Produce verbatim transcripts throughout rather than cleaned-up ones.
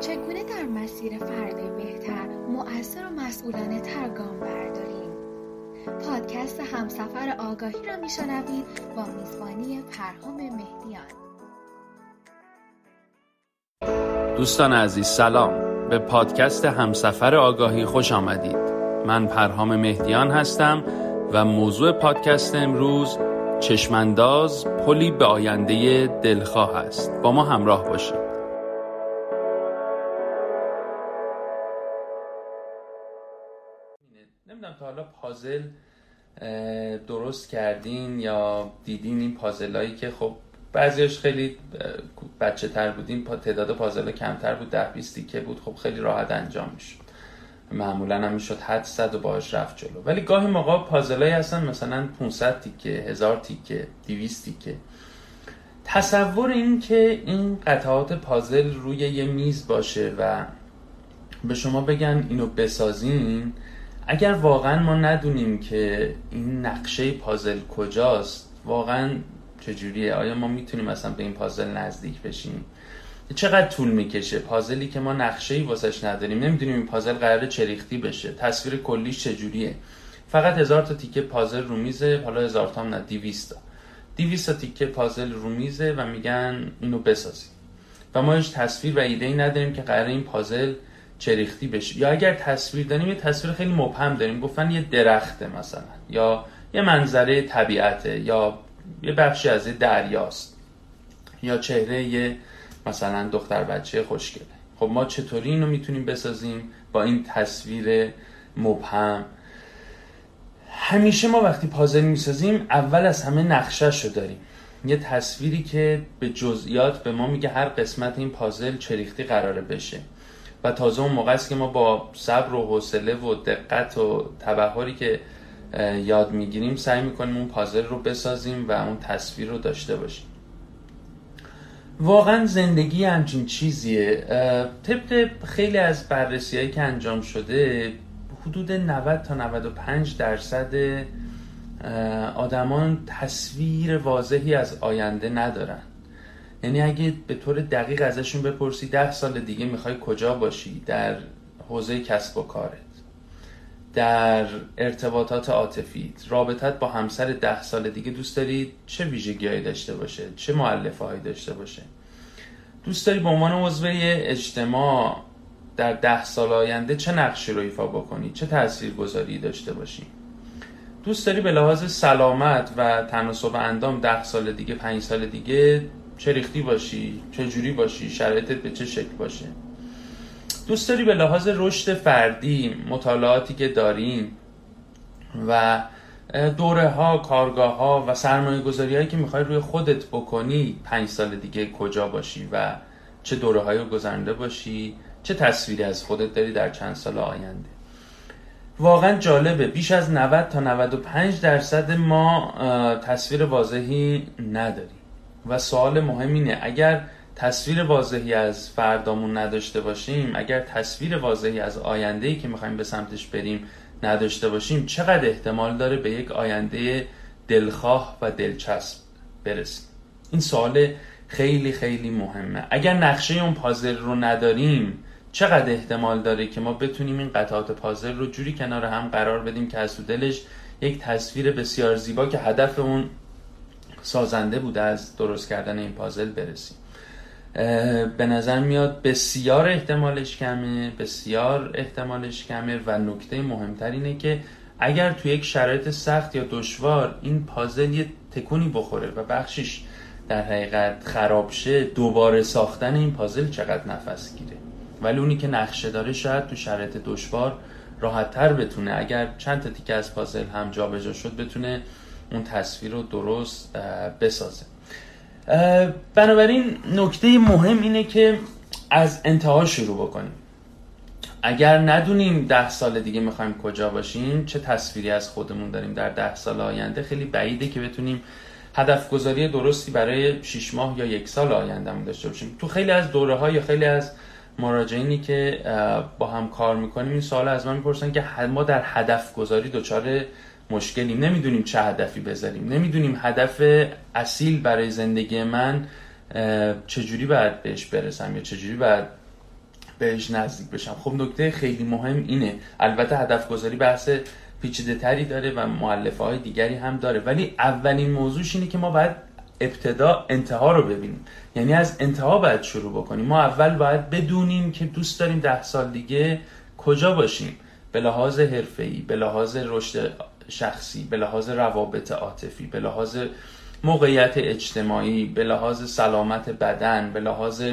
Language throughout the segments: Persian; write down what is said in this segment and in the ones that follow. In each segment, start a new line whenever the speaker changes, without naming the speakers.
چگونه در مسیر فرد بهتر، مؤثر و مسئولانه تر گام برداریم؟ پادکست همسفر آگاهی را میشنوید با میزبانی پرهام مهدیان.
دوستان عزیز سلام، به پادکست همسفر آگاهی خوش آمدید. من پرهام مهدیان هستم و موضوع پادکست امروز چشمانداز پلی به آینده دلخواه است. با ما همراه باشید. نمیدونم تا حالا پازل درست کردین یا دیدین این پازلایی که خب بعضیش خیلی بچه تر بودیم، تعداد پازل کمتر بود، ده بیست تیکه بود، خب خیلی راحت انجام میشد، معمولا هم میشد حد صد و باهاش رفت جلو. ولی گاهی موقع پازلایی هستن مثلا پانصد تیکه، هزار تیکه، دویست تیکه. تصور این که این قطعات پازل روی یه میز باشه و به شما بگن اینو بسازین، اگر واقعا ما ندونیم که این نقشه پازل کجاست، واقعا چجوریه؟ آیا ما میتونیم مثلا به این پازل نزدیک بشیم؟ چقدر طول میکشه؟ پازلی که ما نقشه‌ای واسش نداریم، نمیدونیم این پازل قراره چه ریختی بشه، تصویر کلیش چجوریه. فقط هزار تا تیکه پازل رو میزه، حالا هزار تا هم نه، دویست تا دویست تا تیکه پازل رو میزه و میگن اینو بسازیم و ما هیچ تصویر و ایده‌ای نداریم که قراره این پازل چه ریختی بشه. یا اگر تصویر داریم یه تصویر خیلی مبهم داریم، گفتن یه درخته مثلا، یا یه منظره طبیعته، یا یه بخشی از یه دریاست، یا چهره یه مثلا دختر بچه خوشگله. خب ما چطوری اینو میتونیم بسازیم با این تصویر مبهم؟ همیشه ما وقتی پازل میسازیم اول از همه نقشه‌شو داریم، یه تصویری که به جزئیات به ما میگه هر قسمت این پازل چه ریختی قراره بشه و تازه اون موقع است که ما با صبر و حوصله و دقت و تبحری که یاد میگیریم سعی میکنیم اون پازل رو بسازیم و اون تصویر رو داشته باشیم. واقعا زندگی همچین چیزیه. طبق خیلی از بررسی‌هایی که انجام شده، حدود نود تا نود و پنج درصد آدمان تصویر واضحی از آینده ندارن. یعنی اگه به طور دقیق ازشون بپرسی ده سال دیگه میخوای کجا باشی، در حوزه کسب و کارت، در ارتباطات عاطفیت، رابطت با همسر ده سال دیگه دوست داری چه ویژگی‌هایی داشته باشه، چه مؤلفه‌هایی داشته باشه؟ دوست داری به عنوان عضو اجتماع در ده سال آینده چه نقشی رو ایفا بکنی، چه تاثیرگذاری داشته باشی؟ دوست داری به لحاظ سلامت و تناسب اندام ده سال دیگه، پنج سال دیگه چه ریختی باشی، چه جوری باشی، شرایطت به چه شکل باشه؟ دوست داری به لحاظ رشد فردی، مطالعاتی که داریم و دوره ها، کارگاه ها و سرمایه گذاری هایی که میخوای روی خودت بکنی پنج سال دیگه کجا باشی و چه دوره هایی رو گذرنده باشی، چه تصویری از خودت داری در چند سال آینده؟ واقعا جالبه، بیش از نود تا نود و پنج درصد ما تصویر واضحی نداریم و سوال مهم اینه اگر تصویر واضحی از فردامون نداشته باشیم، اگر تصویر واضحی از آینده‌ای که می‌خوایم به سمتش بریم نداشته باشیم، چقدر احتمال داره به یک آینده دلخواه و دلچسب برسیم؟ این سوال خیلی خیلی مهمه. اگر نقشه اون پازل رو نداریم، چقدر احتمال داره که ما بتونیم این قطعات پازل رو جوری کنار هم قرار بدیم که از تو دلش یک تصویر بسیار زیبا که هدف اون سازنده بوده از درست کردن این پازل برسیم؟ به نظر میاد بسیار احتمالش کمه، بسیار احتمالش کمه و نکته مهمتر اینه که اگر توی یک شرایط سخت یا دشوار این پازل یه تکونی بخوره و بخشش در حقیقت خراب شه، دوباره ساختن این پازل چقدر نفس گیره. ولی اونی که نقشه داره شاید تو شرایط دشوار راحت‌تر بتونه، اگر چند تا تیکه از پازل هم جا به جا شد، بتونه اون تصویر رو درست بسازه. بنابراین نکته مهم اینه که از انتها شروع بکنیم. اگر ندونیم ده سال دیگه میخوایم کجا باشیم، چه تصویری از خودمون داریم در ده سال آینده، خیلی بعیده که بتونیم هدف گذاری درستی برای شش ماه یا یک سال آیندهمون داشته باشیم. تو خیلی از دوره ها یا خیلی از مراجعینی که با هم کار میکنیم این سوال از من میپرسن که ما در هدف گذاری دچار مشکلیم، نمیدونیم چه هدفی بذاریم، نمیدونیم هدف اصیل برای زندگی من چجوری باید بهش برسم یا چجوری باید بهش نزدیک بشم. خب نکته خیلی مهم اینه، البته هدف گذاری بحث پیچیده تری داره و مؤلفه های دیگری هم داره، ولی اولین موضوعش اینه که ما باید ابتدا انتها رو ببینیم، یعنی از انتها باید شروع بکنیم. ما اول باید بدونیم که دوست داریم ده سال دیگه کجا باشیم، به لحاظ حرفه‌ای، به لحاظ رشد شخصی، به لحاظ روابط عاطفی، به لحاظ موقعیت اجتماعی، به لحاظ سلامت بدن، به لحاظ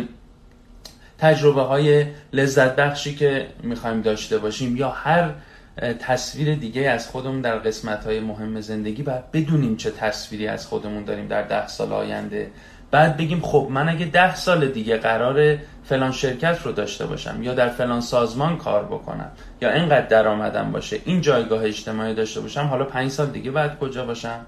تجربه های لذت بخشی که میخوایم داشته باشیم، یا هر تصویر دیگه از خودمون در قسمت های مهم زندگی. باید بدونیم چه تصویری از خودمون داریم در ده سال آینده. بعد بگیم خب من اگه ده سال دیگه قراره فلان شرکت رو داشته باشم، یا در فلان سازمان کار بکنم، یا اینقدر درآمدم باشه، این جایگاه اجتماعی داشته باشم، حالا پنج سال دیگه بعد کجا باشم،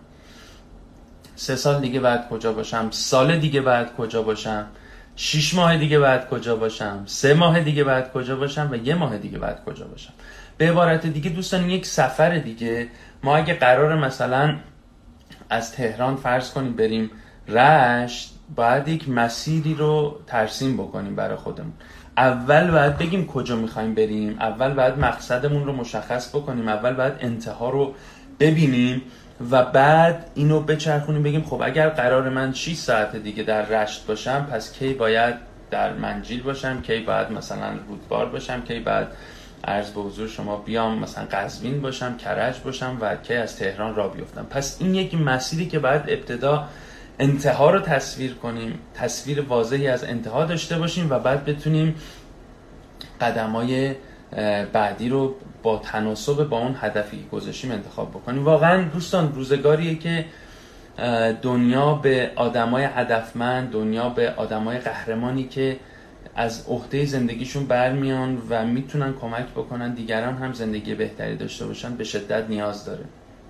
سه سال دیگه بعد کجا باشم، سال دیگه بعد کجا باشم، شش ماه دیگه بعد کجا باشم، سه ماه دیگه بعد کجا باشم و یه ماه دیگه بعد کجا باشم. به عبارت دیگه دوستان، یک سفر دیگه ما اگه قرار مثلا از تهران فرض کنیم بریم رشت، باید یک مسیری رو ترسیم بکنیم برای خودمون. اول باید بگیم کجا میخوایم بریم، اول باید مقصدمون رو مشخص بکنیم، اول باید انتها رو ببینیم و بعد اینو بچرخونیم بگیم خب اگر قرار من شش ساعت دیگه در رشت باشم، پس کی باید در منجیل باشم، کی باید مثلا رودبار باشم، کی باید عرض به حضور شما بیام مثلا قزوین باشم، کرج باشم و کی از تهران راه بیفتم. پس این یک مسیری که باید ابتدا انتها رو تصویر کنیم، تصویر واضحی از انتها داشته باشیم و بعد بتونیم قدم‌های بعدی رو با تناسب با اون هدفی که گذاشتیم انتخاب بکنیم. واقعا دوستان روزگاریه که دنیا به آدمای هدفمند، دنیا به آدمای قهرمانی که از عهده زندگیشون برمیان و میتونن کمک بکنن دیگران هم زندگی بهتری داشته باشن به شدت نیاز داره.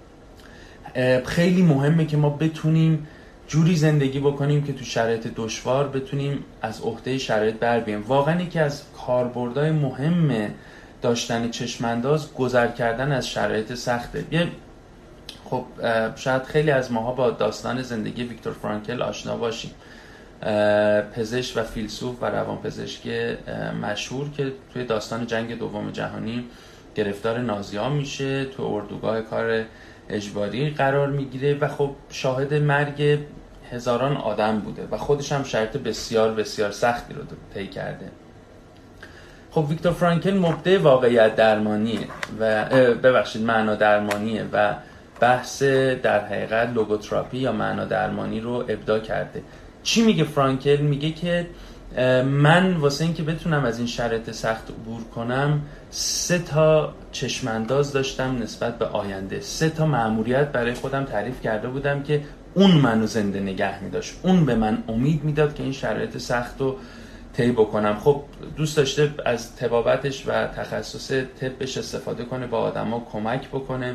خیلی مهمه که ما بتونیم جوری زندگی بکنیم که تو شرایط دشوار بتونیم از عهده شرایط بر بیایم. واقعا یکی از کاربردهای مهم داشتن چشمانداز گذر کردن از شرایط سخته. یه خب شاید خیلی از ماها با داستان زندگی ویکتور فرانکل آشنا باشیم، پزشک و فیلسوف و روانپزشک مشهور که توی داستان جنگ دوم جهانی گرفتار نازی‌ها میشه، تو اردوگاه کار اجباری قرار میگیره و خب شاهد مرگ هزاران آدم بوده و خودش هم شرط بسیار بسیار سختی رو طی کرده. خب ویکتور فرانکل مبدع واقعیت درمانیه و ببخشید معنا درمانیه و بحث در حقیقت لوگوتراپی یا معنا درمانی رو ابداع کرده. چی میگه فرانکل؟ میگه که من واسه این که بتونم از این شرایط سخت عبور کنم سه تا چشمانداز داشتم نسبت به آینده، سه تا مأموریت برای خودم تعریف کرده بودم که اون منو زنده نگه میداشت، اون به من امید میداد که این شرایط سخت رو طی بکنم. خب دوست داشته از طبابتش و تخصص طبش استفاده کنه، با آدما کمک بکنه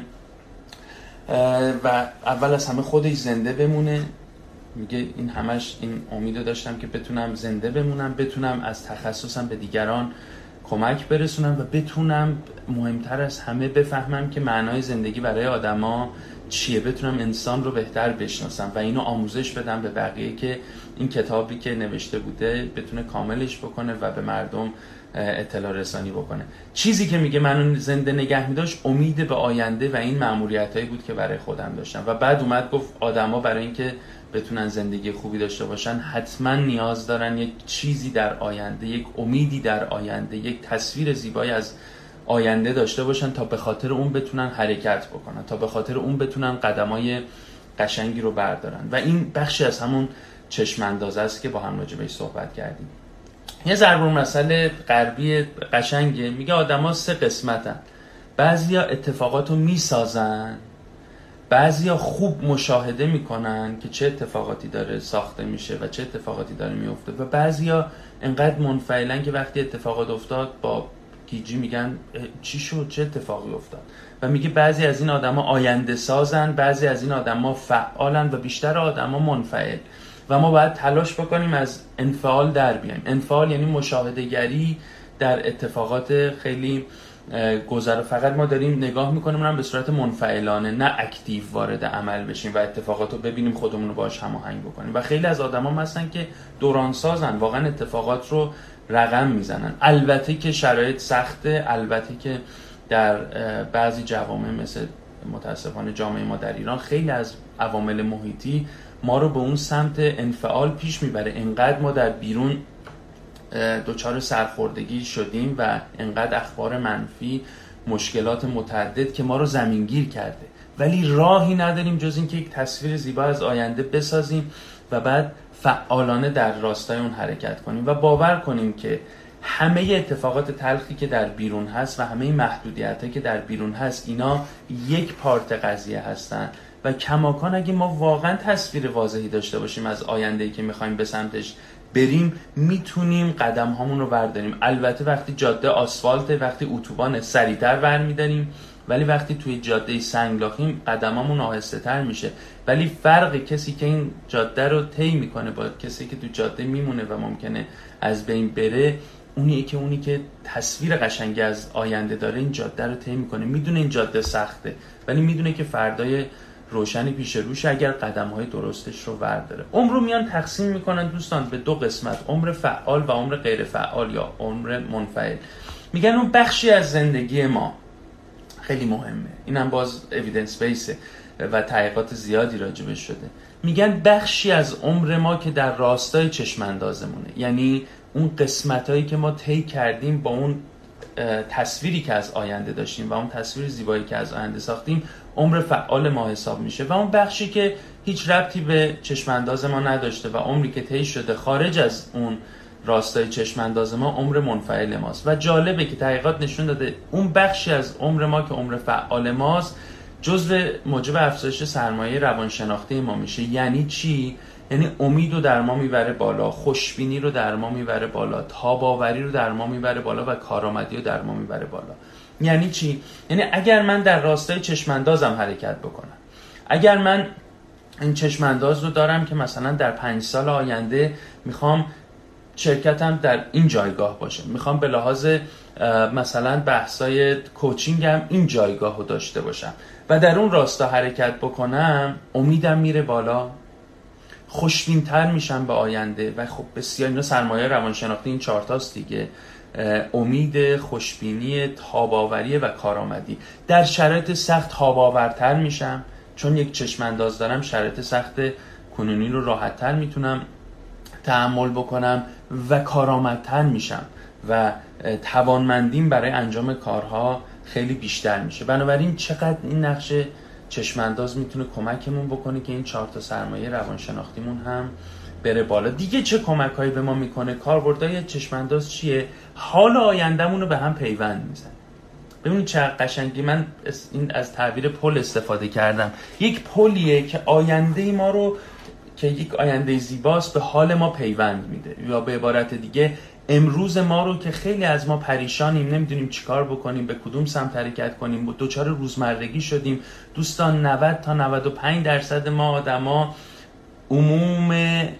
و اول از همه خودش زنده بمونه. میگه این همش این امیدو داشتم که بتونم زنده بمونم، بتونم از تخصصم به دیگران کمک برسونم و بتونم مهمتر از همه بفهمم که معنای زندگی برای آدما چیه، بتونم انسان رو بهتر بشناسم و اینو آموزش بدم به بقیه که این کتابی که نوشته بوده بتونه کاملش بکنه و به مردم اطلاع رسانی بکنه. چیزی که میگه منو زنده نگه میداشت امید به آینده و این مأموریتایی بود که برای خودم داشتم. و بعد اومد گفت آدما برای اینکه بتونن زندگی خوبی داشته باشن حتما نیاز دارن یک چیزی در آینده، یک امیدی در آینده، یک تصویر زیبایی از آینده داشته باشن تا به خاطر اون بتونن حرکت بکنن، تا به خاطر اون بتونن قدمای قشنگی رو بردارن. و این بخشی از همون چشم اندازه است که با هم راجع بهش صحبت کردیم. یه ضرب المثل غربی قشنگه، میگه آدما سه قسمتن، بعضیا اتفاقاتو میسازن، بعضیا خوب مشاهده میکنن که چه اتفاقاتی داره ساخته میشه و چه اتفاقاتی داره میفته، و بعضیا انقدر منفعلن که وقتی اتفاقات افتاد با گیجی میگن چی شد، چه اتفاقی افتاد. و میگه بعضی از این آدما آینده سازن، بعضی از این آدما فعالن و بیشتر آدما منفعل. و ما باید تلاش بکنیم از انفعال در بیایم. انفعال یعنی مشاهده گری در اتفاقات خیلی گذر، فقط ما داریم نگاه میکنیم اونم به صورت منفعلانه، نه اکتیو وارد عمل بشیم و اتفاقات رو ببینیم خودمون رو باهاش هماهنگ بکنیم. و خیلی از آدما هستن که دوران سازن، واقعا اتفاقات رو رقم میزنن. البته که شرایط سخته، البته که در بعضی جوامع مثل متاسفانه جامعه ما در ایران خیلی از عوامل محیطی ما رو به اون سمت انفعال پیش میبره. انقدر ما در بیرون دچار سرخوردگی شدیم و انقدر اخبار منفی، مشکلات متعدد که ما رو زمینگیر کرده، ولی راهی نداریم جز این که یک تصویر زیبا از آینده بسازیم و بعد فعالانه در راستای اون حرکت کنیم و باور کنیم که همه اتفاقات تلخی که در بیرون هست و همه محدودیتایی که در بیرون هست اینا یک پارت قضیه هستن و کماکان اگه ما واقعا تصویر واضحی داشته باشیم از آینده‌ای که می‌خوایم به سمتش بریم، میتونیم قدم هامون رو برداریم. البته وقتی جاده آسفالته، وقتی اتوبان سریعتر برمی‌داریم، ولی وقتی توی جاده سنگلاخیم قدمامون آهسته تر میشه. ولی فرق کسی که این جاده رو طی میکنه با کسی که تو جاده میمونه و ممکنه از بین بره، اونیه که اونی که تصویر قشنگی از آینده داره این جاده رو طی میکنه، میدونه این جاده سخته ولی میدونه که فردای روشنی پیش روش اگر قدم‌های درستش رو برداره. عمر رو میان تقسیم میکنن دوستان به دو قسمت، عمر فعال و عمر غیر فعال یا عمر منفعل. میگن اون بخشی از زندگی ما خیلی مهمه، اینم باز اویدنس بیسه و تحقیقات زیادی راجبش شده. میگن بخشی از عمر ما که در راستای چشم اندازمونه، یعنی اون قسمتایی که ما طی کردیم با اون تصویری که از آینده داشتیم و اون تصویر زیبایی که از آینده ساختیم، عمر فعال ما حساب میشه. و اون بخشی که هیچ ربطی به چشم انداز ما نداشته و عمری که طی شده خارج از اون راستای چشم انداز ما، عمر منفعل ماست. و جالبه که تحقیقات نشون داده اون بخشی از عمر ما که عمر فعال ماست جزو موجب افزایش سرمایه روانشناختی ما میشه. یعنی چی؟ یعنی امید رو در ما میبره بالا، خوشبینی رو در ما میبره بالا، تاباوری رو در ما میبره بالا و کارآمدی رو در ما میبره بالا. یعنی چی؟ یعنی اگر من در راستای چشم اندازم حرکت بکنم، اگر من این چشم انداز رو دارم که مثلا در پنج سال آینده میخوام شرکتم در این جایگاه باشه، میخوام به لحاظ مثلا بحثای کوچینگم این جایگاه رو داشته باشم و در اون راستا حرکت بکنم، امیدم میره بالا، خوشبین‌تر میشم به آینده. و خب بسیار اینا سرمایه روانشناختی این چهار تاست دیگه: امید، خوشبینی، تاباوری و کارآمدی. در شرایط سخت تاباورتر میشم چون یک چشم انداز دارم، شرایط سخت کنونی رو راحت‌تر میتونم تحمل بکنم و کارآمدتر میشم و توانمندیم برای انجام کارها خیلی بیشتر میشه. بنابراین چقدر این نقش چشم انداز میتونه کمکمون بکنه که این چهار تا سرمایه روانشناختیمون هم بره بالا. دیگه چه کمکایی به ما میکنه؟ کاربردهای چشم انداز چیه؟ حال آیندهمون رو به هم پیوند میزنه. ببینید چه قشنگی، من این از تعبیر پل استفاده کردم. یک پلیه که آینده ما رو، که یک آینده زیباست، به حال ما پیوند میده. یا به عبارت دیگه امروز ما رو که خیلی از ما پریشانیم، نمیدونیم چیکار بکنیم، به کدوم سمت حرکت کنیم، دوچار روزمرگی شدیم. دوستان نود تا نود و پنج درصد ما آدما عموم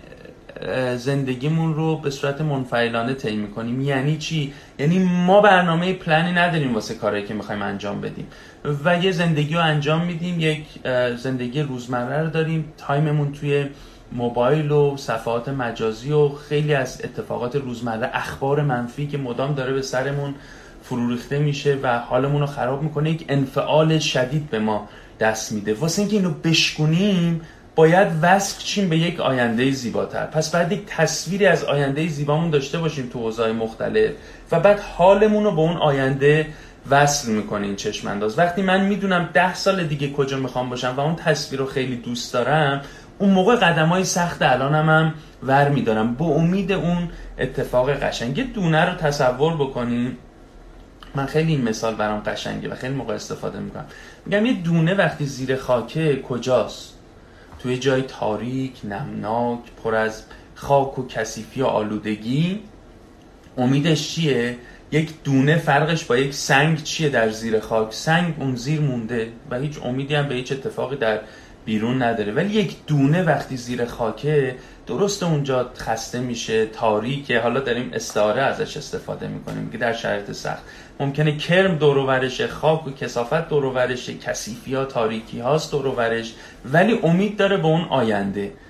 زندگیمون رو به صورت منفعلانه طی می‌کنیم. یعنی چی؟ یعنی ما برنامه پلنی نداریم واسه کارهایی که می‌خوایم انجام بدیم و یه زندگی رو انجام میدیم، یک زندگی روزمره رو داریم، تایممون توی موبایل و صفحات مجازی و خیلی از اتفاقات روزمره، اخبار منفی که مدام داره به سرمون فرو ریخته میشه و حالمون رو خراب میکنه، یک انفعال شدید به ما دست میده. واسه اینکه اینو بشکنیم باید وصل چیم به یک آینده زیباتر. پس باید یک تصویری از آینده زیبامون داشته باشیم تو حوزه‌های مختلف و بعد حالمون رو به اون آینده وصل میکنه این چشم انداز. وقتی من میدونم ده سال دیگه کجا میخوام باشم و اون تصویر رو خیلی دوست دارم، اون موقع قدمای سخت الانم هم ور میدارم با امید اون اتفاق قشنگ. دونه رو تصور بکنیم. من خیلی این مثال برام قشنگه و خیلی موقع استفاده میکنم. میگم یه دونه وقتی زیر خاکه کجاست؟ توی جای تاریک، نمناک، پر از خاک و کثیفی و آلودگی. امیدش چیه؟ یک دونه فرقش با یک سنگ چیه در زیر خاک؟ سنگ اون زیر مونده و هیچ امیدی هم به هیچ اتفاقی در بیرون نداره. ولی یک دونه وقتی زیر خاکه، درست اونجا خسته میشه، تاریکه. حالا داریم استعاره ازش استفاده میکنیم که در شرایط سخت ممکنه کرم دور و برشه، خاک و کثافت دور و برشه، کثیفی‌ها، تاریکی هاست دور و برش، ولی امید داره به اون آینده.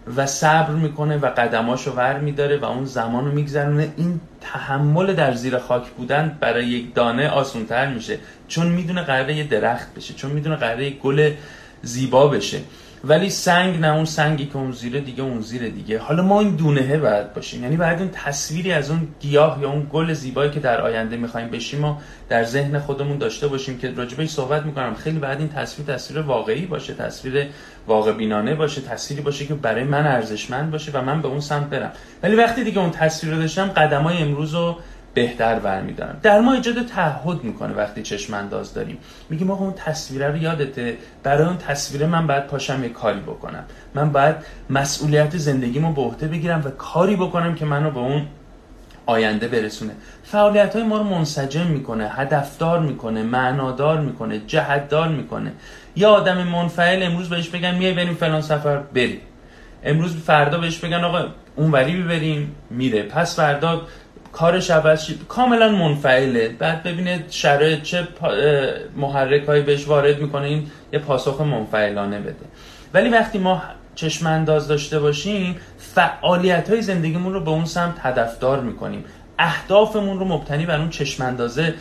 و صبر میکنه و قدماشو ور میداره و اون زمانو میگذرونه. این تحمل در زیر خاک بودن برای یک دانه آسان‌تر میشه، چون میدونه قراره یه درخت بشه، چون میدونه قراره یه گل زیبا بشه. ولی سنگ نه، اون سنگی که اون زیره دیگه اون زیره دیگه. حالا ما این دونهه باید باشیم، یعنی باید اون تصویری از اون گیاه یا اون گل زیبایی که در آینده میخوایم بشیم ما در ذهن خودمون داشته باشیم که راجبش صحبت میکنم. خیلی باید این تصویر تصویر واقعی باشه، تصویر واقع بینانه باشه، تصویری باشه که برای من ارزشمند باشه و من به اون سمت برم. ولی وقتی دیگه اون تصویر رو داشتم، قدمای امروز رو بهتر برمی‌دارم. در ما ایجاد تعهد میکنه وقتی چشم انداز داریم. میگیم آقا اون تصویره رو یادته، برای اون تصویره من باید پاشم یه کاری بکنم، من باید مسئولیت زندگیمو به عهده بگیرم و کاری بکنم که منو به اون آینده برسونه. فعالیت‌های ما رو منسجم میکنه، هدفدار میکنه، معنادار میکنه، جهتدار میکنه. یه آدم منفعل امروز بهش بگن میای بریم فلان سفر، بریم. امروز فردا بهش بگن آقا اونوری بریم، میره. پس فردا کارش عوض شد، کاملا منفعله. بعد ببینه شرایط چه محرکایی بهش وارد میکنه، این یه پاسخ منفعلانه بده. ولی وقتی ما چشم انداز داشته باشیم، فعالیت‌های زندگیمون رو به اون سمت هدفدار میکنیم، اهدافمون رو مبتنی بر اون چشم اندازه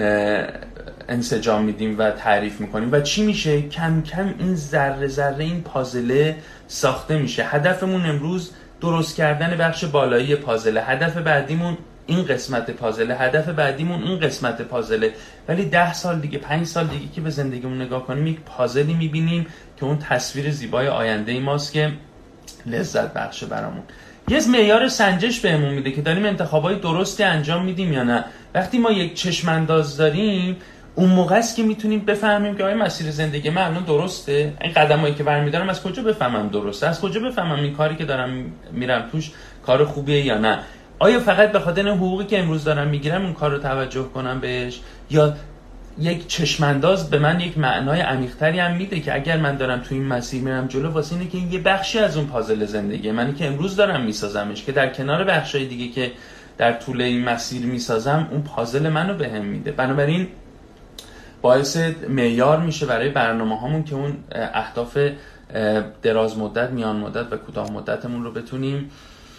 انسجام میدیم و تعریف میکنیم و چی میشه؟ کم کم این ذره ذره این پازله ساخته میشه. هدفمون امروز درست کردن بخش بالایی پازله، هدف بعدیمون این قسمت پازله، هدف بعدیمون این قسمت پازله. ولی ده سال دیگه، پنج سال دیگه که به زندگیمون نگاه کنیم، یک پازلی میبینیم که اون تصویر زیبای آینده ای ماست که لذت بخشه برامون. یه معیار سنجش بهمون میده که داریم انتخابای درستی انجام میدیم یا نه. وقتی ما یک چشم انداز داریم، اون موقع است که میتونیم بفهمیم که آیا مسیر زندگی من الان درسته؟ این قدمایی که برمی‌دارم از کجا بفهمم درسته؟ از کجا بفهمم این کاری که دارم میرم توش کار خوبیه یا نه؟ آیا فقط به خاطر حقوقی که امروز دارم میگیرم اون کار رو توجه کنم بهش، یا یک چشم انداز به من یک معنای عمیق‌تری هم میده که اگر من دارم تو این مسیر میرم جلو، واسه اینه که این یه بخشی از اون پازل زندگی منی که امروز دارم میسازمش، که در کنار بخشای دیگه که در طول این مسیر میسازم اون پازل منو بهم میده. بنابراین باعث معیار میشه برای برنامه‌هامون که اون اهداف دراز مدت، میان مدت و کوتاه مدتمون رو بتونیم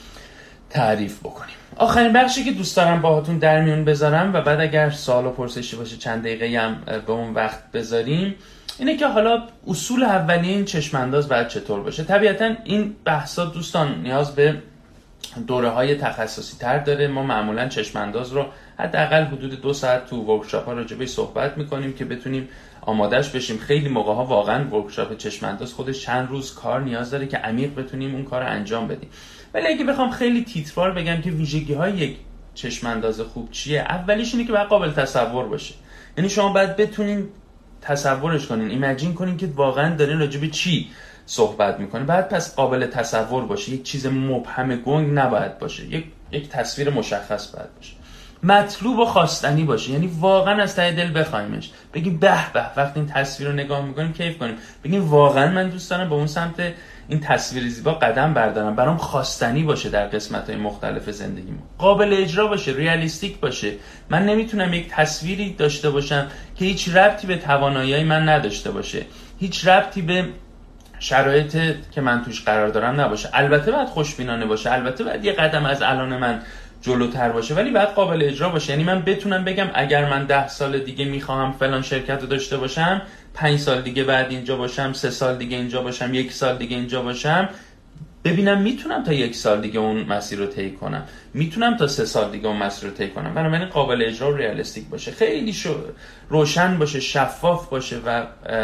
تعریف بکنیم. آخرین بخشی که دوست دارم باهاتون در میون بذارم و بعد اگر سوال و پرسشی باشه چند دقیقه هم به اون وقت بذاریم، اینه که حالا اصول اولیه این چشم انداز باید چطور باشه. طبیعتا این بحثا دوستان نیاز به دوره های تخصصی تر داره. ما معمولا چشم انداز رو حداقل حدود دو ساعت تو ورکشاپ ها راجع بهش صحبت میکنیم که بتونیم آمادهش بشیم. خیلی موقع ها واقعا ورکشاپ چشم انداز خودش چند روز کار نیاز داره که عمیق بتونیم اون کار رو انجام بدیم. ولی اگه بخوام خیلی تیتروار بگم که ویژگی های یک چشم انداز خوب چیه، اولیش اینه که باید قابل تصور باشه. یعنی شما باید بتونین تصورش کنین، ایمیجین کنین که واقعا دارین راجع به چی صحبت میکنه. بعد پس قابل تصور باشه، یک چیز مبهم گنگ نباید باشه، یک یک تصویر مشخص باید باشه. مطلوب و خواستنی باشه، یعنی واقعا از ته دل بخوایمش، بگیم به به وقتی این تصویر رو نگاه میکنیم کیف کنیم، بگیم واقعا من دوست دارم به اون سمت این تصویر زیبا قدم بردارم، برام خواستنی باشه در قسمت‌های مختلف زندگیمون، قابل اجرا باشه، ریالیستیک باشه. من نمیتونم یک تصویری داشته باشم که هیچ ربطی به توانایی‌های من نداشته باشه، هیچ ربطی به شرایط که من توش قرار دارم نباشه. البته باید خوشبینانه باشه، البته باید یه قدم از الان من جلوتر باشه، ولی باید قابل اجرا باشه. یعنی من بتونم بگم اگر من ده سال دیگه میخوام فلان شرکت رو داشته باشم، پنج سال دیگه بعد اینجا باشم، سه سال دیگه اینجا باشم، یک سال دیگه اینجا باشم، ببینم میتونم تا یک سال دیگه اون مسیر رو طی کنم، میتونم تا سه سال دیگه اون مسیر رو طی کنم. بنابراین قابل اجرا و ریالیستیک باشه، خیلی شو روشن باشه، شفاف باشه و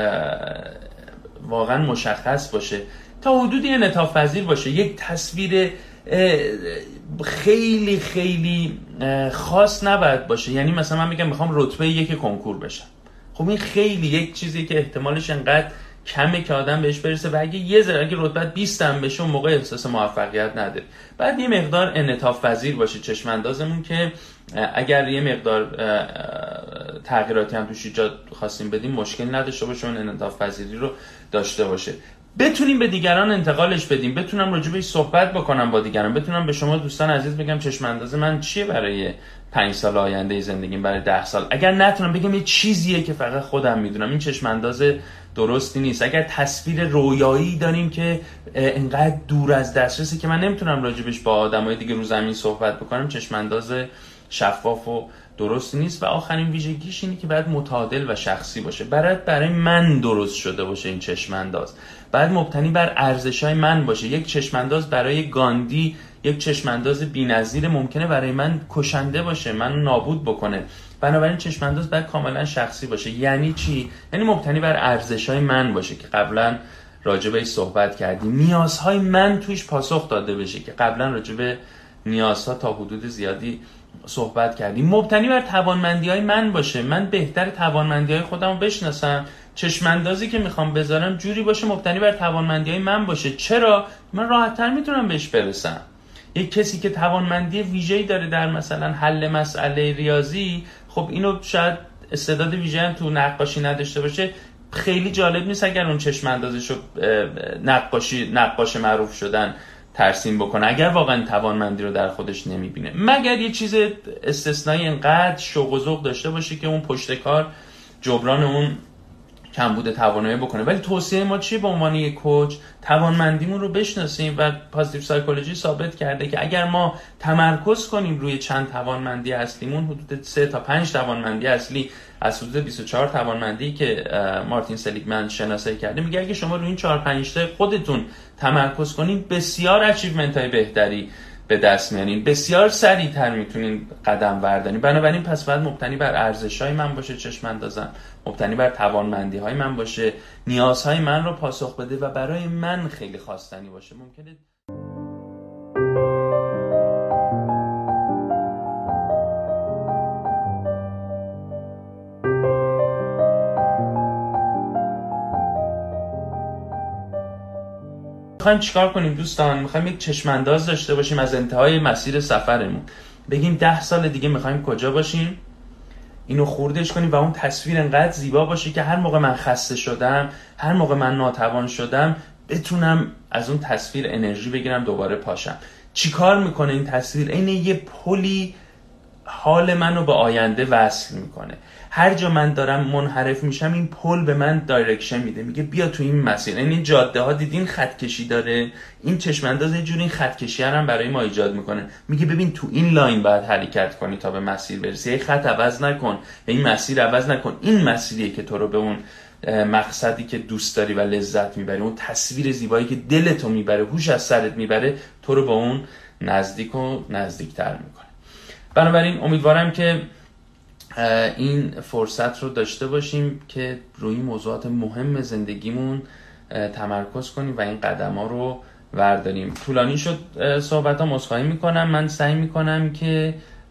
واقعا مشخص باشه، تا حدودی انعطاف پذیر باشه، یک تصویر خیلی خیلی خاص نباید باشه. یعنی مثلا من میگم میخوام رتبه یک کنکور بشم، خب این خیلی یک چیزی که احتمالش انقدر کمه که آدم بهش برسه و اگه یه ذره اگه رتبه بیست هم بشه اون موقع احساس موفقیت نداره. بعد یه مقدار انعطاف پذیر باشه چشم اندازمون که اگر یه مقدار تغییراتی هم توش ایجاد خواستیم بدیم مشکل نداشته باشه، اون انعطاف پذیری رو داشته باشه، بتونیم به دیگران انتقالش بدیم، بتونم راجع بهش صحبت بکنم با دیگران، بتونم به شما دوستان عزیز بگم چشم انداز من چیه برای پنج سال آینده زندگیم، برای ده سال. اگر نتونم بگم یه چیزیه که فقط خودم میدونم، این چشم انداز درستی نیست. اگر تصویر رویایی داریم که انقدر دور از دسترسی که من نمیتونم راجبش با آدمای دیگه رو زمین صحبت بکنم، چشمانداز شفاف و درستی نیست. و آخرین ویژگیش اینه که باید متعادل و شخصی باشه. برای برای من درست شده باشه این چشمانداز. باید مبتنی بر ارزش‌های من باشه. یک چشمانداز برای گاندی یک چشمانداز بی‌نظیر ممکنه برای من کشنده باشه، من نابود بکنه. بنابراین چشمانداز باید کاملا شخصی باشه. یعنی چی؟ یعنی مبتنی بر ارزش‌های من باشه که قبلا راجع بهش صحبت کردیم. نیازهای من توش پاسخ داده بشه که قبلا راجع به نیازها تا حدود زیادی صحبت کردیم. مبتنی بر توانمندی‌های من باشه. من بهتر توانمندی‌های خودم رو بشناسم. چشماندازی که میخوام بذارم جوری باشه مبتنی بر توانمندی‌های من باشه. چرا؟ من راحت‌تر میتونم بهش برسم. یک کسی که توانمندی ویژه‌ای داره در مثلا حل مسئله ریاضی، خب اینو شاید استعداد ویژه‌ای هم تو نقاشی نداشته باشه، خیلی جالب نیست اگر اون چشماندازشو نقاشی نقاش معروف شدن ترسیم بکنه، اگر واقعا توانمندی رو در خودش نمیبینه. مگر یه چیز استثنایی انقدر شوق و ذوق داشته باشه که اون پشت کار جبران اون کمبود توانایی بکنه. ولی توصیه ما چیه به عنوان یک کوچ؟ توانمندیمون رو بشناسیم و پازیتیو سایکولوژی ثابت کرده که اگر ما تمرکز کنیم روی چند توانمندی اصلیمون، حدود سه تا پنج توانمندی اصلی از حدود بیست و چهار توانمندی که مارتین سلیگمن شناسایی کرده، میگه اگه شما روی این چهار پنج تا خودتون تمرکز کنین بسیار اچیومنت های بهتری به دست میارین، بسیار سریعتر میتونین قدم بردارین. بنابراین پس باید مبتنی بر ارزش‌های من باشه چشماندازم، مبتنی بر توانمندی‌های من باشه، نیازهای من رو پاسخ بده و برای من خیلی خواستنی باشه. ممکنه میخوایم چیکار کنیم دوستان؟ میخوایم یک چشمانداز داشته باشیم از انتهای مسیر سفرمون، بگیم ده سال دیگه میخوایم کجا باشیم، اینو خوردش کنیم و اون تصویر انقدر زیبا باشه که هر موقع من خسته شدم، هر موقع من ناتوان شدم، بتونم از اون تصویر انرژی بگیرم دوباره پاشم. چیکار میکنه این تصویر؟ این یه پلی حال منو به آینده وصل میکنه. هر جا من دارم منحرف میشم این پل به من دایرکشن میده، میگه بیا تو این مسیر. این جاده ها دیدین خط کشی داره، این چشمانداز یه جوری این خط کشی هم برای ما ایجاد میکنه، میگه ببین تو این لاین باید حرکت کنی تا به مسیر برسی، این خط عوض نکن، این مسیر عوض نکن، این مسیریه که تو رو به اون مقصدی که دوست داری و لذت میبری، اون تصویر زیبایی که دلتو میبره، هوش از سرت میبره، تو رو به اون نزدیک و نزدیکتر میکنه. بنابراین امیدوارم که این فرصت رو داشته باشیم که روی موضوعات مهم زندگیمون تمرکز کنیم و این قدم ها رو ورداریم. طولانی شد صحبت ها، عذرخواهی میکنم. من سعی میکنم که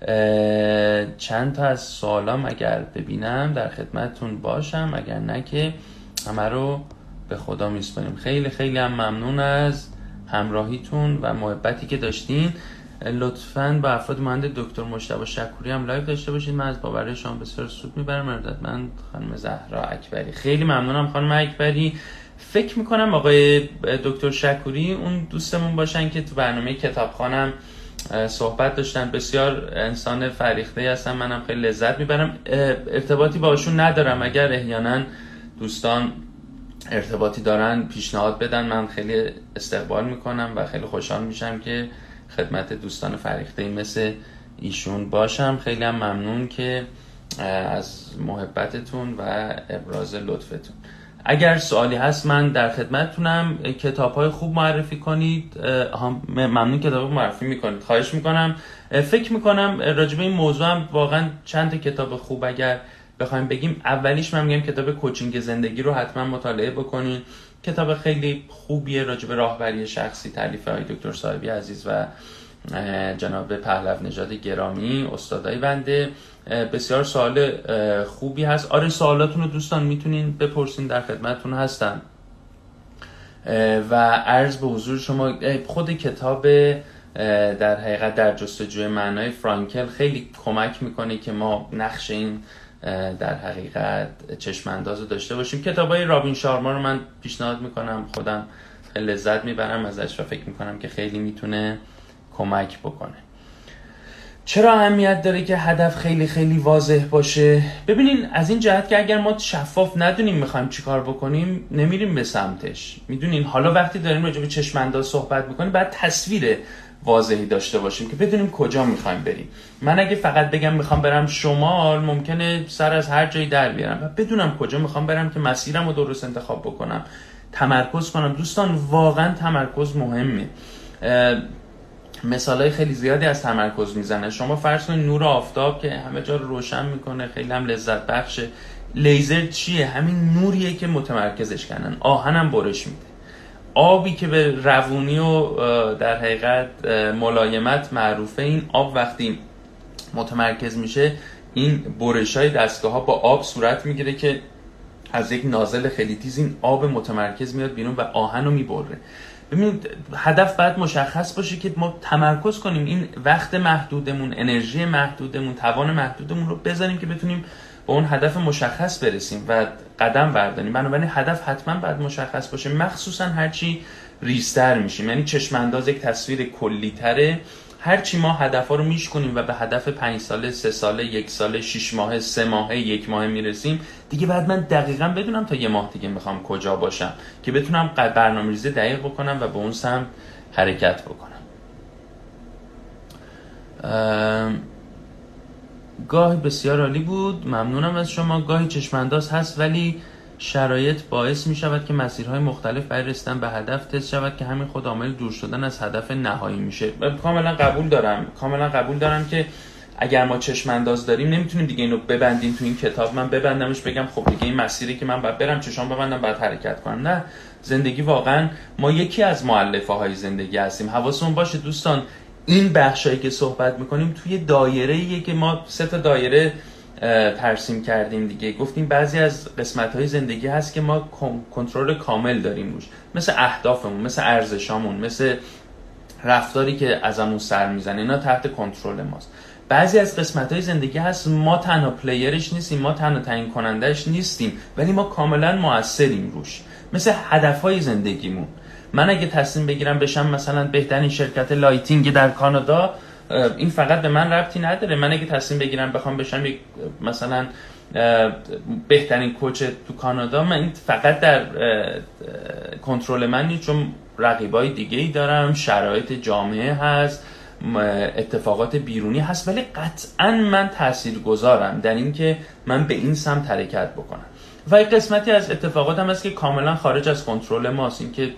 چند تا از سوالام اگر ببینم در خدمتتون باشم، اگر نه که همه رو به خدا میسپاریم. خیلی خیلی هم ممنون از همراهیتون و محبتی که داشتین. لطفاً با افراد مانند دکتر مجتبی شکوری هم لایو داشته باشید. من از باور شما بسیار سود میبرم. ارادتمند خانم زهرا اکبری. خیلی ممنونم خانم اکبری. فکر میکنم آقای دکتر شکوری اون دوستمون باشن که تو برنامه کتابخانم صحبت داشتن. بسیار انسان فریخته هستن، منم خیلی لذت میبرم. ارتباطی باشون ندارم، اگر احیانا دوستان ارتباطی دارن پیشنهاد بدن، من خیلی استقبال میکنم و خیلی خوشحال میشم که خدمت دوستان فریخته مثل ایشون باشم. خیلی هم ممنون که از محبتتون و ابراز لطفتون. اگر سوالی هست من در خدمتتونم. کتاب‌های خوب معرفی کنید. ممنون کتاب معرفی میکنید، خواهش میکنم. فکر میکنم راجع به این موضوع هم واقعا چند تا کتاب خوب اگر بخوایم بگیم، اولیش من میگم کتاب کوچینگ زندگی رو حتما مطالعه بکنید. کتاب خیلی خوبیه راجع به راهبری شخصی، تالیف های دکتر صاحبی عزیز و جناب پهلوی نژاد گرامی، استادای بنده. بسیار سوال خوبی هست. آره سوالاتون رو دوستان میتونین بپرسین، در خدمتتون هستم. و عرض به حضور شما خود کتاب در حقیقت در جستجوی معنای فرانکل خیلی کمک میکنه که ما نقش این در حقیقت چشمانداز رو داشته باشیم. کتابای رابین شارما رو من پیشنهاد میکنم، خودم خیلی لذت میبرم ازش و فکر میکنم که خیلی میتونه کمک بکنه. چرا اهمیت داره که هدف خیلی خیلی واضح باشه؟ ببینین از این جهت که اگر ما شفاف ندونیم میخوایم چیکار بکنیم نمیریم به سمتش. میدونین حالا وقتی داریم راجع به چشم انداز صحبت میکنیم باید تصویر واضحی داشته باشیم که بدونیم کجا میخوایم بریم. من اگه فقط بگم میخوام برم شمال ممکنه سر از هر جایی در بیارم و بدونم کجا میخوام برم که مسیرم رو درست انتخاب بکنم، تمرکز کنم. دوستان واقعا تمرکز مهمه. مثالای خیلی زیادی از تمرکز میزنه. شما فرض کنید نور آفتاب که همه جا رو روشن میکنه، خیلی هم لذت بخشه. لیزر چیه؟ همین نوریه که متمرکزش کردن. آهنم برش میده. آبی که به روونی و در حقیقت ملایمت معروفه، این آب وقتی متمرکز میشه این برشای دستگاه ها با آب صورت میگیره که از یک نازل خیلی تیز این آب متمرکز میاد بیرون و آهن رو میبره. ببینید هدف باید مشخص باشه که ما تمرکز کنیم، این وقت محدودمون، انرژی محدودمون، توان محدودمون رو بذاریم که بتونیم به اون هدف مشخص برسیم و قدم برداریم. بنابراین هدف حتما باید مشخص باشه، مخصوصا هرچی ریزتر میشیم. یعنی چشم انداز یک تصویر کلی تره. هرچی ما هدفا رو میشکنیم و به هدف پنج ساله، سه ساله، یک ساله، شش ماهه، سه ماهه، یک ماهه میرسیم، دیگه بعد من دقیقاً بدونم تا یه ماه دیگه میخوام کجا باشم که بتونم برنامه‌ریزی دقیق بکنم و به اون سمت حرکت بکنم. گاهی بسیار عالی بود، ممنونم از شما. گاهی چشم انداز هست ولی شرایط باعث می شود که مسیرهای مختلف برای رسیدن به هدف تست شود که همین خود عامل دور شدن از هدف نهایی میشه. کاملا قبول دارم کاملا قبول دارم که اگر ما چشم انداز داریم نمیتونیم دیگه اینو ببندیم تو این کتاب، من ببندمش بگم خب دیگه این مسیری که من باید برم چشام ببندم باید حرکت کنم. نه، زندگی واقعا ما یکی از مؤلفه های زندگی هستیم. حواسمون باشه دوستان این بخشایی که صحبت میکنیم توی دایره‌ایه که ما سه تا دایره ترسیم کردیم دیگه. گفتیم بعضی از قسمت‌های زندگی هست که ما کنترل کامل داریم روش، مثل اهدافمون، مثل ارزشامون، مثل رفتاری که ازمون سر میزنه، اینا تحت کنترل ماست. بعضی از قسمت‌های زندگی هست ما تنها پلیرش نیستیم، ما تنها تعیین کننده‌اش نیستیم، ولی ما کاملا مؤثریم روش، مثل هدف‌های زندگیمون. من اگه تصمیم بگیرم بشم مثلا بهترین شرکت لایتینگ در کانادا، این فقط به من ربطی نداره. من اگه تصمیم بگیرم بخوام بشم یک مثلا بهترین کوچ تو کانادا، من این فقط در کنترل من نیست، چون رقیبای دیگه ای دارم، شرایط جامعه هست، اتفاقات بیرونی هست، ولی قطعا من تاثیرگذارم در این که من به این سمت حرکت بکنم. و یک قسمتی از اتفاقات هم هست که کاملا خارج از کنترل ماست. این که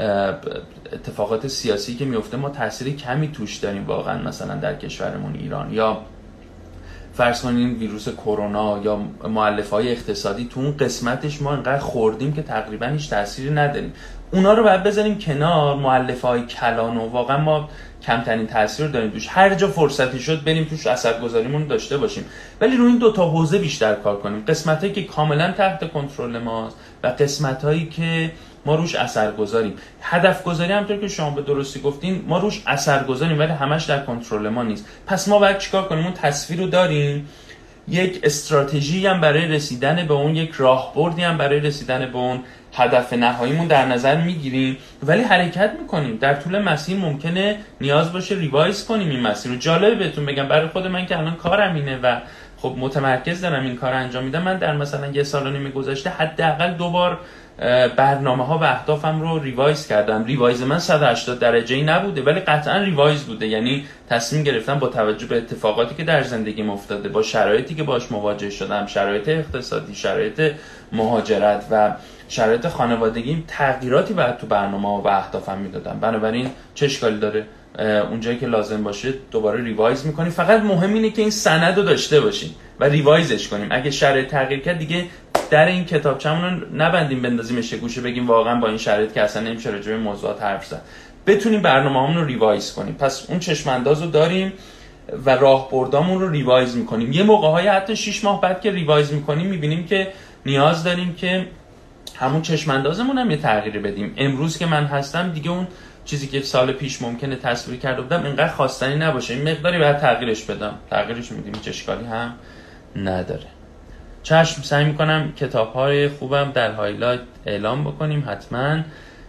اتفاقات سیاسی که میفته ما تأثیر کمی توش داریم واقعا، مثلا در کشورمون ایران، یا فرض کنین ویروس کرونا یا مؤلفه‌های اقتصادی، تو اون قسمتش ما انقدر خوردیم که تقریبا هیچ تأثیری نداریم. اونا رو باید بذاریم کنار، مؤلفه‌های کلان و واقعا ما کمترین تاثیر داریم توش. هر جا فرصتی شد بریم توش اثرگذاریمون داشته باشیم، ولی روی این دو تا حوزه بیشتر کار کنیم. قسمتایی که کاملا تحت کنترل ماست و قسمتایی که ما روش اثرگذاریم. هدف گذاری همونطور که شما به درستی گفتین ما روش اثرگذاریم ولی همش در کنترل ما نیست. پس ما باید چیکار کنیم؟ اون تصویر رو داریم، یک استراتژی هم برای رسیدن به اون، یک راهبردی هم برای رسیدن به اون هدف نهاییمون در نظر میگیریم، ولی حرکت میکنیم. در طول مسیر ممکنه نیاز باشه ریوایز کنیم این مسیر رو. جالبه بهتون بگم برای خود من که الان کارم اینه و خب متمرکز دارم این کار انجام میدم، من در مثلا یه سال و نیم گذشته حداقل دو بار برنامه ها و اهدافم رو ریوایز کردم. ریوایز من صد و هشتاد درجه‌ای نبوده ولی قطعا ریوایز بوده، یعنی تصمیم گرفتم با توجه به اتفاقاتی که در زندگیم افتاده، با شرایطی که باهاش مواجه شدم، شرایط اقتصادی، شرایط مهاجرت و شرایط خانوادگی، تغییراتی بعد تو برنامه ها و اهدافم میدادم. بنابراین چه اشکالی داره اونجایی که لازم باشه دوباره ریوایز میکنیم. فقط مهم اینه که این سند رو داشته باشیم و ریوایزش کنیم. اگه شرایط تغییر کرد دیگه در این کتابچه‌مون رو نبندیم بندازیمش گوشه بگیم واقعا با این شرایط که اصلا نمیشه راجع به موضوعات حرف زد. بتونیم برنامه‌مون رو ریوایز کنیم. پس اون چشم انداز رو داریم و راهبردامون رو ریوایز میکنیم. یه موقع‌های حتی شش ماه بعد که ریوایز میکنیم میبینیم که نیاز داریم که همون چشم اندازمون هم یه تغییری بدیم. امروز که من هستم دیگه اون چیزی که سال پیش ممکنه تصویر کرده بودم اینقدر خواستنی نباشه، این مقداری باید تغییرش بدم. تغییرش میدیم، هیچ اشکالی هم نداره. چشم، سعی میکنم کتاب‌های خوبم در هایلایت اعلام بکنیم حتما.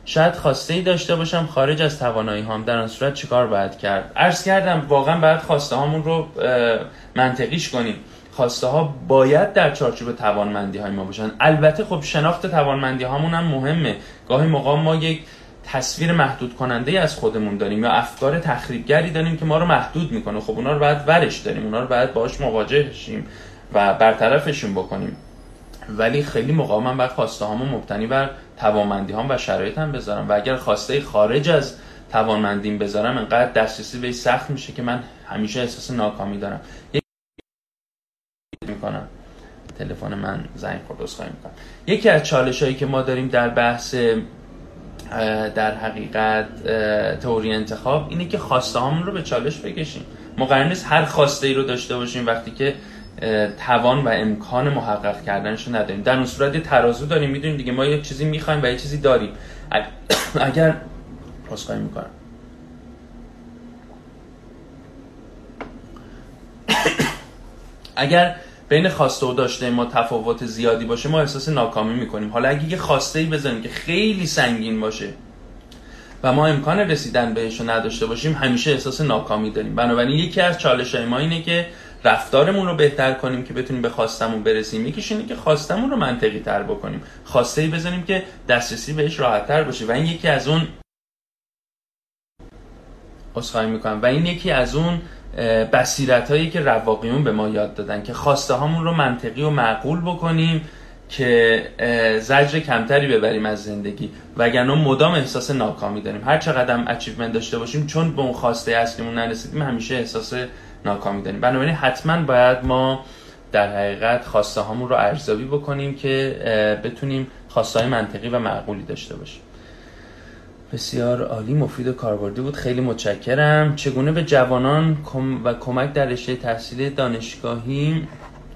شاید خواسته ای داشته باشم خارج از توانایی هام، در آن صورت چیکار باید کرد؟ عرض کردم واقعا باید خواسته هامون رو منطقیش کنیم. خواسته ها باید در چارچوب توانمندی های ما باشن. البته خب شناخت توانمندی هامون هم مهمه. گاهی موقع ما یک تصویر محدود کننده از خودمون داریم یا افکار تخریبگری داریم که ما رو محدود میکنه. خب اونا رو باید ورش داریم، اونا رو باید باهاش مواجه شیم و برطرفشون بکنیم. ولی خیلی موقع من باید خواسته هامو مبتنی بر توانمندی هام و شرایطم بذارم و اگر خواسته خارج از توانمندیم بذارم انقدر دسترسی بهش سخت میشه که من همیشه احساس ناکامی دارم. میکنم تلفن من زنگ خورد، عذرخواهی میکنم. یکی از چالشایی که ما داریم در بحث در حقیقت تئوری انتخاب اینه که خواسته هامون رو به چالش بکشیم. ما قرار نیست هر خواسته ای رو داشته باشیم وقتی که توان و امکان محقق کردنش رو نداریم. در اون صورت ترازو داریم، میدونیم دیگه ما یه چیزی میخوایم و یه چیزی داریم. اگر عذرخواهی میکنم اگر بین خواسته و داشته ما تفاوت زیادی باشه ما احساس ناکامی میکنیم. حالا اگه یه خواسته ای بزنیم که خیلی سنگین باشه و ما امکان رسیدن بهش رو نداشته باشیم همیشه احساس ناکامی داریم. بنابراین یکی از چالش‌های ما اینه که رفتارمون رو بهتر کنیم که بتونیم به خواستمون برسیم. یکیش اینه که خواستمون رو منطقی تر بکنیم، خواسته ای بزنیم که دسترسی بهش راحت تر باشه و این یکی از اون عذرخواهی میکنم و این یکی از اون بصیرتایی که رواقیون به ما یاد دادن که خواسته هامون رو منطقی و معقول بکنیم که زجر کمتری ببریم از زندگی، وگرنه مدام احساس ناکامی داریم. هر چقدر هم اچیومنت داشته باشیم چون به اون خواسته اصلیمون نرسیدیم همیشه احساس ناکامی داریم. بنابراین حتما باید ما در حقیقت خواسته هامون رو ارزیابی بکنیم که بتونیم خواسته های منطقی و معقولی داشته باشیم. بسیار عالی، مفید و کاربردی بود، خیلی متشکرم. چگونه به جوانان کم و کمک در رشته تحصیل دانشگاهی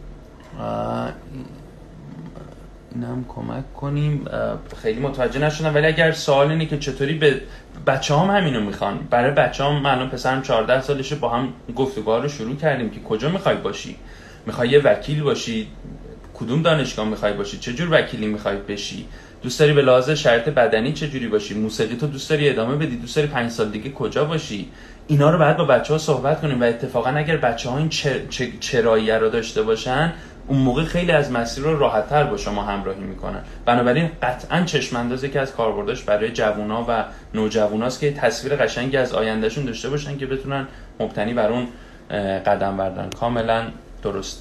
اینم کمک کنیم؟ خیلی متوجه نشدم، ولی اگر سوال اینه که چطوری به بچه‌هام همینو میخوان، برای بچه‌هام من الان پسرم چهارده سالشه با هم گفتگوها رو شروع کردیم که کجا میخوای باشی؟ میخوای یه وکیل باشی؟ کدوم دانشگاه میخوای باشی؟ چه جور وکیلی میخوای بشی؟ دوست داری به لحاظ شرایط بدنی چه جوری باشی؟ موسیقی تو دوست داری ادامه بدی؟ دوست داری پنج سال دیگه کجا باشی؟ اینا رو بعد با بچه‌ها صحبت کنیم و اتفاقا اگر بچه‌ها این چراییه رو داشته باشن اون موقع خیلی از مسیر رو راحت‌تر با شما همراهی میکنن. بنابراین قطعاً چشم اندازی که از کاربردش برای جوونا و نوجواناست که تصویر قشنگی از آیندهشون داشته باشن که بتونن مبتنی بر اون قدم بردارن. کاملاً درسته.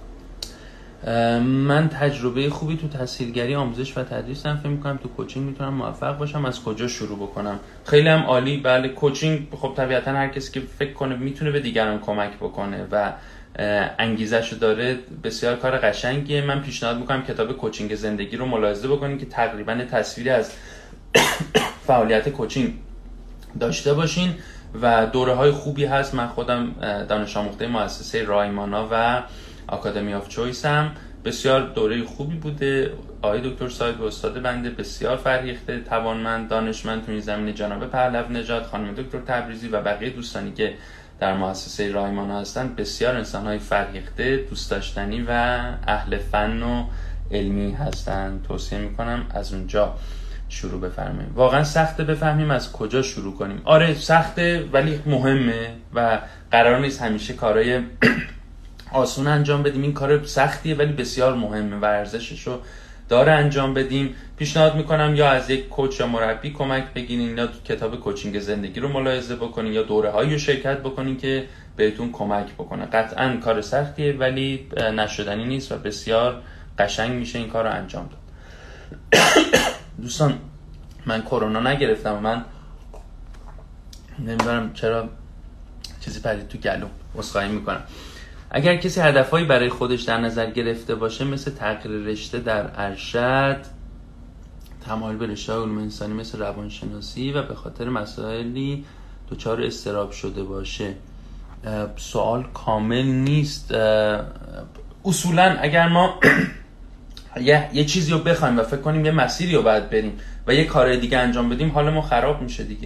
من تجربه خوبی تو تحصیلگری، آموزش و تدریسم، فکر می‌کنم تو کوچینگ میتونم موفق باشم. از کجا شروع بکنم؟ خیلی هم عالی. بله، کوچینگ خب طبیعتاً هر کسی که فکر کنه میتونه به دیگران کمک بکنه و انگیزه‌شو داره بسیار کار قشنگیه. من پیشنهاد میکنم کتاب کوچینگ زندگی رو ملاحظه بکنید که تقریباً تصویری از فعالیت کوچینگ داشته باشین و دوره‌های خوبی هست. من خودم دانش آموخته مؤسسه رایمانا و آکادمی آف چویس هم، بسیار دوره خوبی بوده. آقای دکتر صاحب استاد بنده بسیار فرهیخته، توانمند، دانشمند تو این زمینه، جناب پهلوی نژاد، خانم دکتر تبریزی و بقیه دوستانی که در مؤسسه رایمانا هستن بسیار انسان‌های فرهیخته، دوست داشتنی و اهل فن و علمی هستن. توصیه میکنم از اونجا شروع بفرماییم. واقعا سخته بفهمیم از کجا شروع کنیم. آره سخته ولی مهمه و قرار نیست همیشه کارهای آسون انجام بدیم. این کار سختیه ولی بسیار مهمه و ارزششو داره انجام بدیم. پیشنهاد میکنم یا از یک کوچ یا مربی کمک بگیرین یا کتاب کوچینگ زندگی رو ملاحظه بکنین یا دوره‌هایی رو شرکت بکنین که بهتون کمک بکنه. قطعاً کار سختیه ولی نشدنی نیست و بسیار قشنگ میشه این کار رو انجام داد. دوستان من کرونا نگرفتم و من نمیدونم چرا چیزی پرید تو گلو، عذرخواهی میکنم. اگر کسی هدفهایی برای خودش در نظر گرفته باشه مثل تغییر رشته در ارشد، تمایل به رشته علوم انسانی مثل روانشناسی و به خاطر مسائلی دچار اضطراب شده باشه، سوال کامل نیست. اصولا اگر ما یه, یه چیزی رو بخوایم و فکر کنیم یه مسیری رو باید بریم و یه کار دیگه انجام بدیم حال ما خراب میشه دیگه.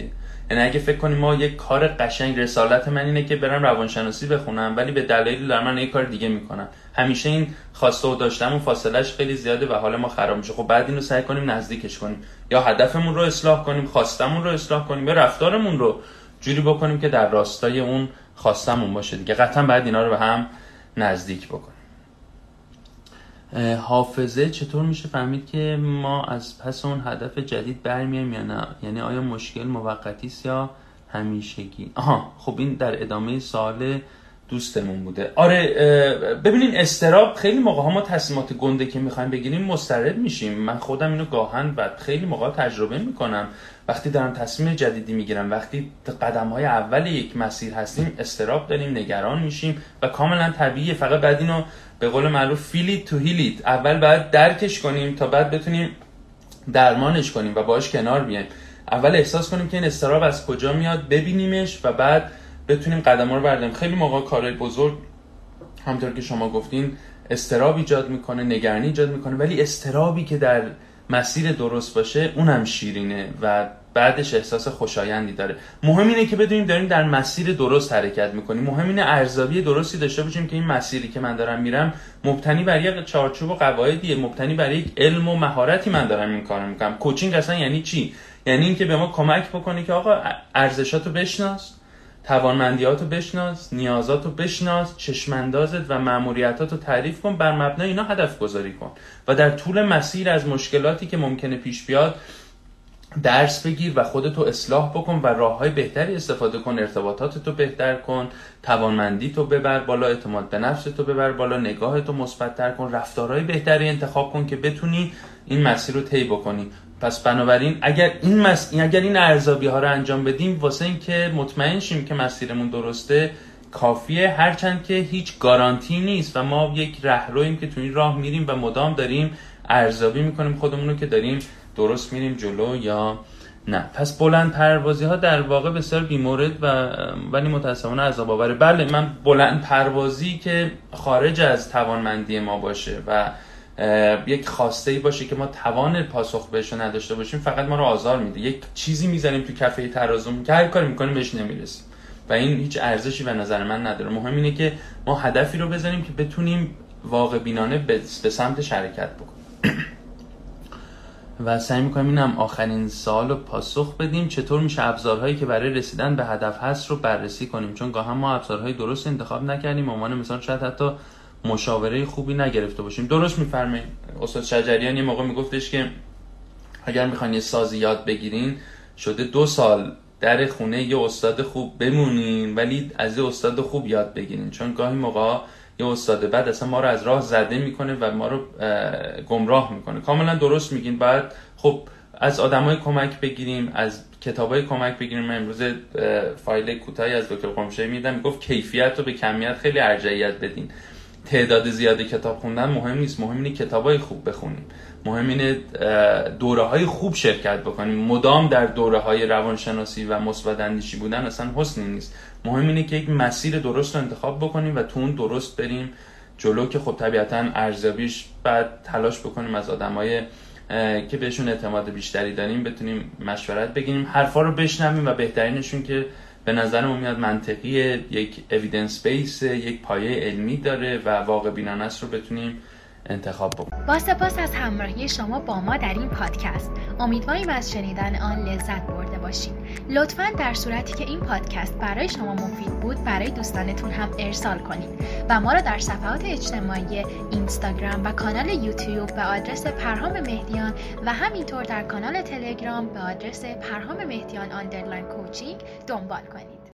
یعنی اگه فکر کنیم ما یک کار قشنگ، رسالت من اینه که برم روانشناسی بخونم ولی به دلایلی دارم من یک کار دیگه میکنم، همیشه این خواسته و داشتم و فاصلهش خیلی زیاده و حال ما خراب میشه. خب بعد اینو سعی کنیم نزدیکش کنیم، یا هدفمون رو اصلاح کنیم، خواستمون رو اصلاح کنیم، یا رفتارمون رو جوری بکنیم که در راستای اون خواستمون باشه دیگه. قطعا باید اینا رو به هم نزدیک بکنیم. حافظه چطور میشه فهمید که ما از پس اون هدف جدید برمیایم یا نه؟ یعنی آیا مشکل موقتی است یا همیشگی؟ آها خب این در ادامه سوال دوستمون بوده. آره ببینین استراب خیلی موقع ها ما تصمیمات گنده که میخوایم بگیریم مضطرب میشیم. من خودم اینو گاهن و خیلی موقع تجربه میکنم. وقتی دارم تصمیم جدیدی میگیرم، وقتی قدم های اول یک مسیر هستیم، استراب داریم، نگران میشیم و کاملا طبیعیه. فقط بعد اینو به قول معروف feel it to heal it، اول باید درکش کنیم تا بعد بتونیم درمانش کنیم و باهاش کنار بیایم. اول احساس کنیم که این استراب از کجا میاد، ببینیمش و بعد بتونیم قدم‌ها رو برداریم. خیلی موقع کارهای بزرگ همونطور که شما گفتین استراب ایجاد میکنه، نگرانی ایجاد میکنه، ولی استرابی که در مسیر درست باشه اونم شیرینه و بعدش احساس خوشایندی داره. مهم اینه که بدونیم داریم در مسیر درست حرکت میکنیم. مهم اینه ارزیابی درستی داشته باشیم که این مسیری که من دارم میرم مبتنی بر یک چارچوب و قواعدیه، مبتنی بر یک علم و مهارتی من دارم این کارو میکنم. کوچینگ اصلا یعنی چی؟ یعنی اینکه به ما کمک بکنه که آقا ارزشاتو بشناس، توانمندیاتو بشناس، نیازاتو بشناس، چشماندازت و مأموریتاتو تعریف کن، بر مبنای اینا هدف گذاری کن و در طول مسیر از مشکلاتی که ممکنه پیش بیاد درس بگیر و خودتو اصلاح بکن و راههای بهتری استفاده کن، ارتباطاتتو بهتر کن، توانمندیتو ببر بالا، اعتماد به نفستو ببر بالا، نگاهتو مثبت‌تر کن، رفتارهای بهتری انتخاب کن که بتونی این مسیر رو طی بکنی. پس بنابراین اگر این مس... اگر این ارزیابی ها رو انجام بدیم واسه این که مطمئن شیم که مسیرمون درسته کافیه، هرچند که هیچ گارانتی نیست و ما یک راهرویم که تو این راه میریم و مدام داریم ارزیابی میکنیم خودمون رو که داریم درست میریم جلو یا نه. پس بلند پروازی ها در واقع بسیار بی‌مورد و ولی متأسفانه عذاب آوره. بله من بلند پروازی که خارج از توانمندی ما باشه و یک خواسته‌ای باشه که ما توان پاسخ بهش نداشته باشیم فقط ما رو آزار میده. یک چیزی میذاریم تو کفه ترازو که هر کاری میکنیم بهش نمیرسیم و این هیچ ارزشی به نظر من نداره. مهم اینه که ما هدفی رو بزنیم که بتونیم واقع بینانه به سمتش حرکت بکنیم. و سعی میکنیم اینم آخرین سوال رو پاسخ بدیم. چطور میشه ابزارهایی که برای رسیدن به هدف هست رو بررسی کنیم؟ چون گاهی ما ابزارهای درست انتخاب نکردیم، عنوان مثلا شاید حتی مشاوره خوبی نگرفته باشیم. درست میفرمایید. استاد شجریان یه موقع میگفتش که اگر میخواین یه سازی یاد بگیرین شده دو سال در خونه یه استاد خوب بمونین ولی از یه استاد خوب یاد بگیرین، چون گاهی موقع یه استاد بعد اصلا ما رو از راه زده میکنه و ما رو گمراه میکنه. کاملا درست میگین. بعد خب از آدمای کمک بگیریم، از کتابای کمک بگیریم. من امروز فایل کوتاهی از دکتر قمشه‌ای میدم، میگفت کیفیت رو به کمیت خیلی ارجحیت بدین. تعداد زیاد کتاب خوندن مهم نیست، مهم اینه کتابای خوب بخونیم، مهم اینه دوره‌های خوب شرکت بکنیم. مدام در دوره‌های روانشناسی و مثبت اندیشی بودن اصلا حسنی نیست. مهم اینه که یک مسیر درست رو انتخاب بکنیم و تو اون درست بریم جلو که خب طبیعتاً ارزیابیش بعد تلاش بکنیم از آدمای که بهشون اعتماد بیشتری داریم بتونیم مشورت بگیریم، حرفا رو بشنویم و بهترینشون که به نظرمون میاد منطقیه، یک اوییدنس بیس، یک پایه علمی داره و واقع بینانه است رو بتونیم انتخاب بکنیم.
با سپاس از همراهی شما با ما در این پادکست. امیدواریم از شنیدن آن لذت برده باشید. لطفاً در صورتی که این پادکست برای شما مفید بود برای دوستانتون هم ارسال کنید و ما را در صفحات اجتماعی اینستاگرام و کانال یوتیوب به آدرس پرهام مهدیان و همینطور در کانال تلگرام به آدرس پرهام مهدیان آندرلاین کوچینگ دنبال کنید.